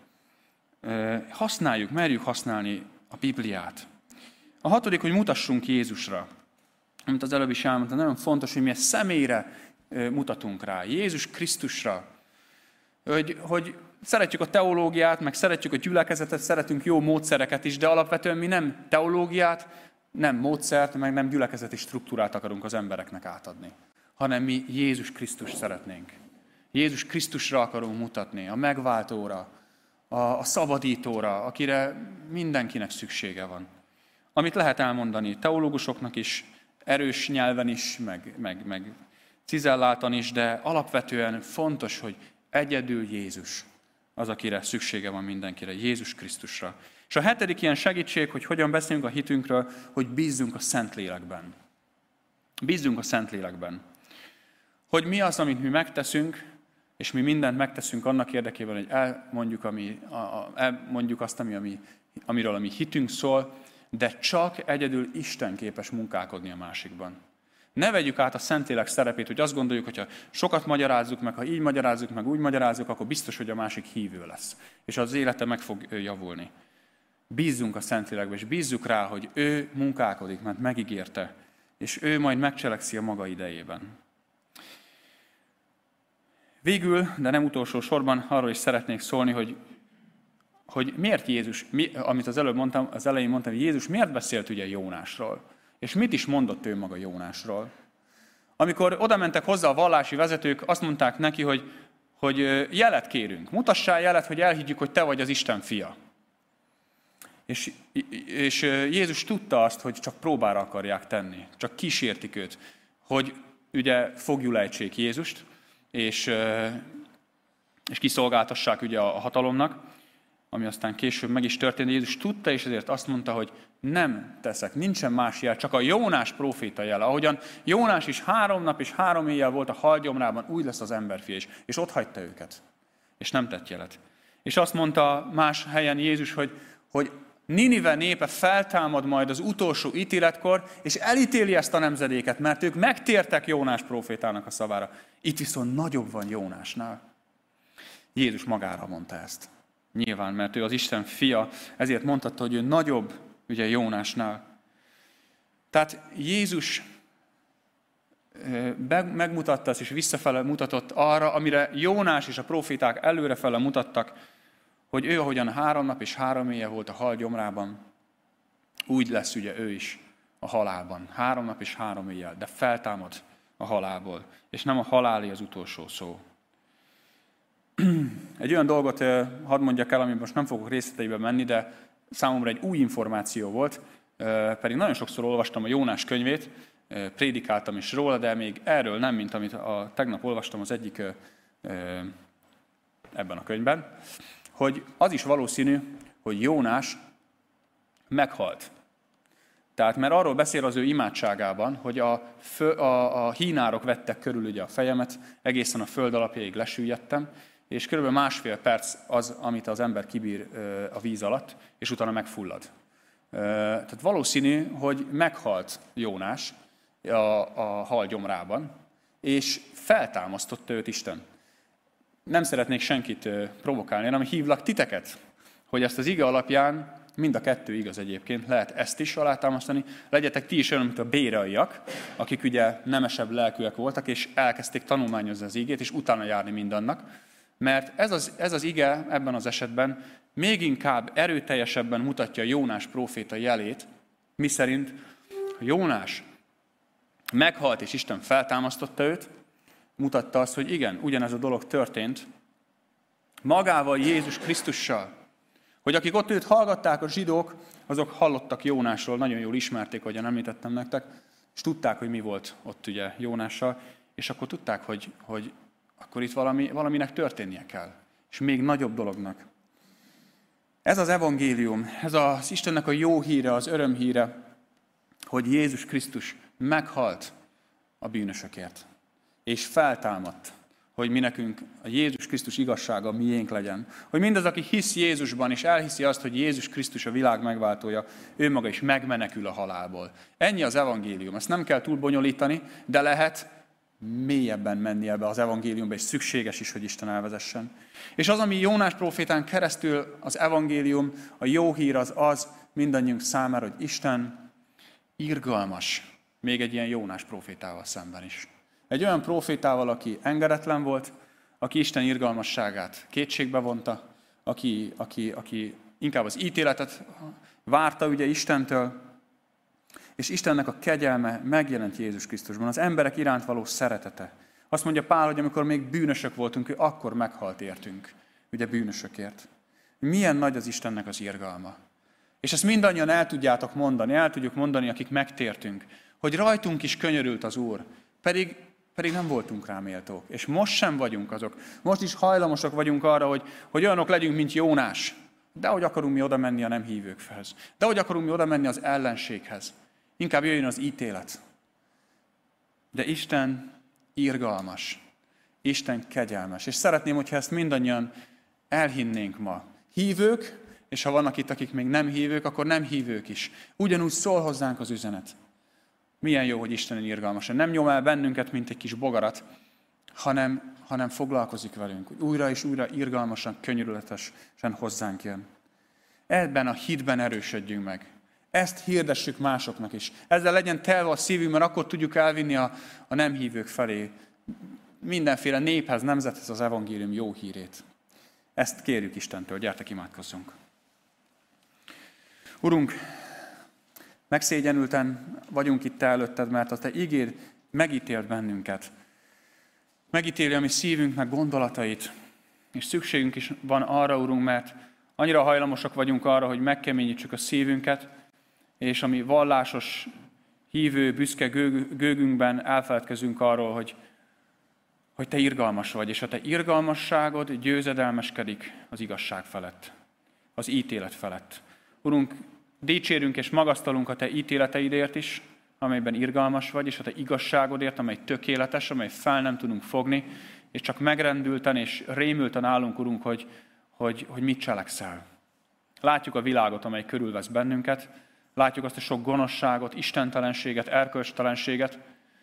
Használjuk, merjük használni a Bibliát. A hatodik, hogy mutassunk Jézusra. Amit az előbb is elmondtam, nagyon fontos, hogy mi ezt személyre mutatunk rá. Jézus Krisztusra. Hogy, hogy szeretjük a teológiát, meg szeretjük a gyülekezetet, szeretünk jó módszereket is, de alapvetően mi nem teológiát, nem módszert, meg nem gyülekezeti struktúrát akarunk az embereknek átadni, hanem mi Jézus Krisztust szeretnénk. Jézus Krisztusra akarunk mutatni, a megváltóra, a, a szabadítóra, akire mindenkinek szüksége van. Amit lehet elmondani teológusoknak is, erős nyelven is, meg, meg, meg cizelláltan is, de alapvetően fontos, hogy egyedül Jézus az, akire szüksége van mindenkire, Jézus Krisztusra. És a hetedik ilyen segítség, hogy hogyan beszélünk a hitünkről, hogy bízzunk a Szentlélekben. Bízzunk a Szentlélekben. Hogy mi az, amit mi megteszünk, és mi mindent megteszünk annak érdekében, hogy elmondjuk, ami, a, a, elmondjuk azt, ami, ami, amiről a mi hitünk szól, de csak egyedül Isten képes munkálkodni a másikban. Ne vegyük át a Szentlélek szerepét, hogy azt gondoljuk, hogy ha sokat magyarázzuk meg, ha így magyarázzuk meg, úgy magyarázzuk, akkor biztos, hogy a másik hívő lesz. És az élete meg fog javulni. Bízzunk a Szentlélekbe, és bízzuk rá, hogy ő munkálkodik, mert megígérte, és ő majd megcselekszi a maga idejében. Végül, de nem utolsó sorban, arról is szeretnék szólni, hogy, hogy miért Jézus, mi, amit az előbb mondtam, az elején mondtam, hogy Jézus miért beszélt ugye Jónásról, és mit is mondott ő maga Jónásról. Amikor oda mentek hozzá a vallási vezetők, azt mondták neki, hogy, hogy jelet kérünk, mutassál jelet, hogy elhiggyük, hogy te vagy az Isten fia. És, és Jézus tudta azt, hogy csak próbára akarják tenni, csak kísértik őt, hogy ugye fogjulejtsék Jézust, és, és kiszolgáltassák ugye a hatalomnak, ami aztán később meg is történt. Jézus tudta, és ezért azt mondta, hogy nem teszek, nincsen más jel, csak a Jónás próféta jele. Ahogyan Jónás is három nap és három éjjel volt a halgyomrában, úgy lesz az emberfia is. És ott hagyta őket, és nem tett jelet. És azt mondta más helyen Jézus, hogy, hogy Ninive népe feltámad majd az utolsó ítéletkor, és elítéli ezt a nemzedéket, mert ők megtértek Jónás prófétának a szavára. Itt viszont nagyobb van Jónásnál. Jézus magára mondta ezt. Nyilván, mert ő az Isten fia, ezért mondhatta, hogy ő nagyobb ugye Jónásnál. Tehát Jézus megmutatta ezt, és visszafele mutatott arra, amire Jónás és a próféták előrefele mutattak, hogy ő, ahogyan három nap és három éjjel volt a hal gyomrában, úgy lesz ugye ő is a halálban. Három nap és három éjjel, de feltámad a halálból. És nem a halálé az utolsó szó. Egy olyan dolgot hadd mondjak el, amit most nem fogok részleteibe menni, de számomra egy új információ volt, pedig nagyon sokszor olvastam a Jónás könyvét, prédikáltam is róla, de még erről nem, mint amit a, tegnap olvastam az egyik ebben a könyvben, hogy az is valószínű, hogy Jónás meghalt. Tehát, mert arról beszél az ő imádságában, hogy a, fő, a, a hínárok vettek körül ugye a fejemet, egészen a föld alapjáig lesüllyedtem, és körülbelül másfél perc az, amit az ember kibír a víz alatt, és utána megfullad. Tehát valószínű, hogy meghalt Jónás a, a hal gyomrában, és feltámasztotta őt Isten. Nem szeretnék senkit provokálni, hanem hívlak titeket, hogy ezt az ige alapján, mind a kettő igaz egyébként, lehet ezt is alátámasztani, legyetek ti is olyan, mint a béreaiak, akik ugye nemesebb lelkűek voltak, és elkezdték tanulmányozni az igét, és utána járni mindannak, mert ez az, ez az ige ebben az esetben még inkább erőteljesebben mutatja Jónás próféta jelét, miszerint Jónás meghalt, és Isten feltámasztotta őt, mutatta azt, hogy igen, ugyanez a dolog történt magával, Jézus Krisztussal. Hogy akik ott őt hallgatták, a zsidók, azok hallottak Jónásról, nagyon jól ismerték, ahogyan említettem nektek, és tudták, hogy mi volt ott ugye Jónással, és akkor tudták, hogy, hogy akkor itt valami, valaminek történnie kell. És még nagyobb dolognak. Ez az evangélium, ez az Istennek a jó híre, az örömhíre, hogy Jézus Krisztus meghalt a bűnösökért. És feltámadt, hogy mi nekünk a Jézus Krisztus igazsága miénk legyen. Hogy mindaz, aki hisz Jézusban, és elhiszi azt, hogy Jézus Krisztus a világ megváltója, ő maga is megmenekül a halálból. Ennyi az evangélium. Ezt nem kell túl bonyolítani, de lehet mélyebben menni ebbe az evangéliumba, és szükséges is, hogy Isten elvezessen. És az, ami Jónás prófétán keresztül az evangélium, a jó hír az az mindannyiunk számára, hogy Isten irgalmas, még egy ilyen Jónás prófétával szemben is. Egy olyan prófétával, aki engedetlen volt, aki Isten irgalmasságát kétségbe vonta, aki, aki, aki inkább az ítéletet várta ugye Istentől, és Istennek a kegyelme megjelent Jézus Krisztusban, az emberek iránt való szeretete. Azt mondja Pál, hogy amikor még bűnösök voltunk, ő akkor meghalt értünk, ugye bűnösökért. Milyen nagy az Istennek az irgalma. És ezt mindannyian el tudjátok mondani, el tudjuk mondani, akik megtértünk, hogy rajtunk is könyörült az Úr, pedig, pedig nem voltunk rá méltók. És most sem vagyunk azok. Most is hajlamosak vagyunk arra, hogy, hogy olyanok legyünk, mint Jónás. De hogy akarunk mi oda menni a nem hívőkhez. De hogy akarunk mi oda menni az ellenséghez. Inkább jöjjön az ítélet. De Isten irgalmas. Isten kegyelmes. És szeretném, hogyha ezt mindannyian elhinnénk ma. Hívők, és ha vannak itt, akik még nem hívők, akkor nem hívők is. Ugyanúgy szól hozzánk az üzenet. Milyen jó, hogy Isten irgalmasan. Nem nyom el bennünket, mint egy kis bogarat, hanem, hanem foglalkozik velünk, hogy újra és újra irgalmasan, könyörületesen hozzánk jön. Ebben a hitben erősödjünk meg. Ezt hirdessük másoknak is. Ezzel legyen telve a szívünk, mert akkor tudjuk elvinni a, a nem hívők felé mindenféle néphez, nemzethez az evangélium jó hírét. Ezt kérjük Istentől. Gyertek, imádkozzunk. Urunk, megszégyenülten vagyunk itt te előtted, mert a te igéd megítélt bennünket. Megítéli a mi szívünknek gondolatait, és szükségünk is van arra, Urunk, mert annyira hajlamosak vagyunk arra, hogy megkeményítsük a szívünket, és a mi vallásos, hívő, büszke gőgünkben elfeledkezünk arról, hogy, hogy te irgalmas vagy, és a te irgalmasságod győzedelmeskedik az igazság felett, az ítélet felett. Urunk, dicsérünk és magasztalunk a te ítéleteidért is, amelyben irgalmas vagy, és a te igazságodért, amely tökéletes, amely fel nem tudunk fogni, és csak megrendülten és rémülten állunk, Urunk, hogy, hogy, hogy mit cselekszel. Látjuk a világot, amely körülvesz bennünket, látjuk azt a sok gonoszságot, istentelenséget, erkölcstelenséget.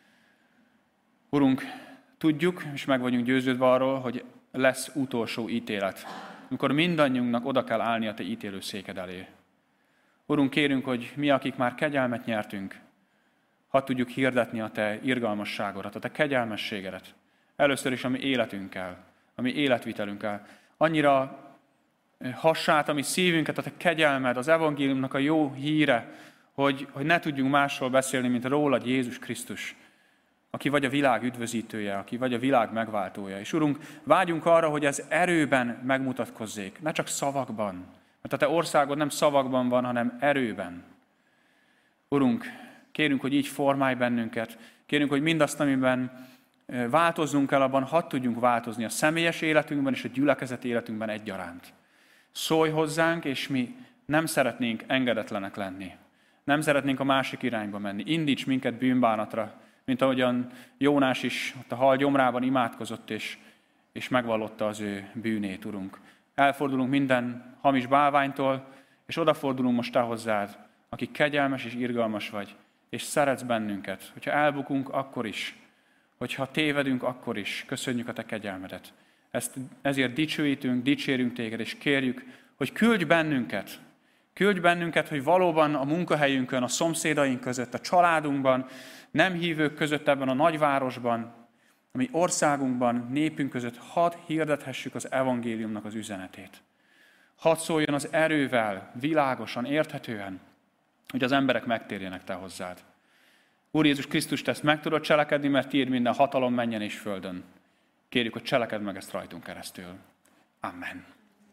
Urunk, tudjuk, és meg vagyunk győződve arról, hogy lesz utolsó ítélet, amikor mindannyiunknak oda kell állni a te ítélőszéked elé. Urunk, kérünk, hogy mi, akik már kegyelmet nyertünk, hadd tudjuk hirdetni a te irgalmasságodat, a te kegyelmességedet. Először is a mi életünkkel, a mi életvitelünkkel. Annyira hassát a mi szívünket, a te kegyelmed, az evangéliumnak a jó híre, hogy, hogy ne tudjunk másról beszélni, mint rólad, Jézus Krisztus, aki vagy a világ üdvözítője, aki vagy a világ megváltója. És Urunk, vágyunk arra, hogy ez erőben megmutatkozzék, ne csak szavakban, mert a te országod nem szavakban van, hanem erőben. Urunk, kérünk, hogy így formálj bennünket, kérünk, hogy mindazt, amiben változnunk kell, abban hadd tudjunk változni a személyes életünkben és a gyülekezeti életünkben egyaránt. Szólj hozzánk, és mi nem szeretnénk engedetlenek lenni. Nem szeretnénk a másik irányba menni. Indíts minket bűnbánatra, mint ahogyan Jónás is ott a hal gyomrában imádkozott, és, és megvallotta az ő bűnét, Urunk. Elfordulunk minden hamis bálványtól, és odafordulunk most te hozzád, aki kegyelmes és irgalmas vagy, és szeretsz bennünket. Hogyha elbukunk, akkor is. Hogyha tévedünk, akkor is. Köszönjük a te kegyelmedet. Ezt, ezért dicsőítünk, dicsérünk téged, és kérjük, hogy küldj bennünket. Küldj bennünket, hogy valóban a munkahelyünkön, a szomszédaink között, a családunkban, nem hívők között ebben a nagyvárosban, a mi országunkban, népünk között hadd hirdethessük az evangéliumnak az üzenetét. Hadd szóljon az erővel, világosan, érthetően, hogy az emberek megtérjenek te hozzád. Úr Jézus Krisztus, te ezt meg tudod cselekedni, mert tiéd minden hatalom menjen és földön. Kérjük, hogy cselekedd meg ezt rajtunk keresztül. Amen.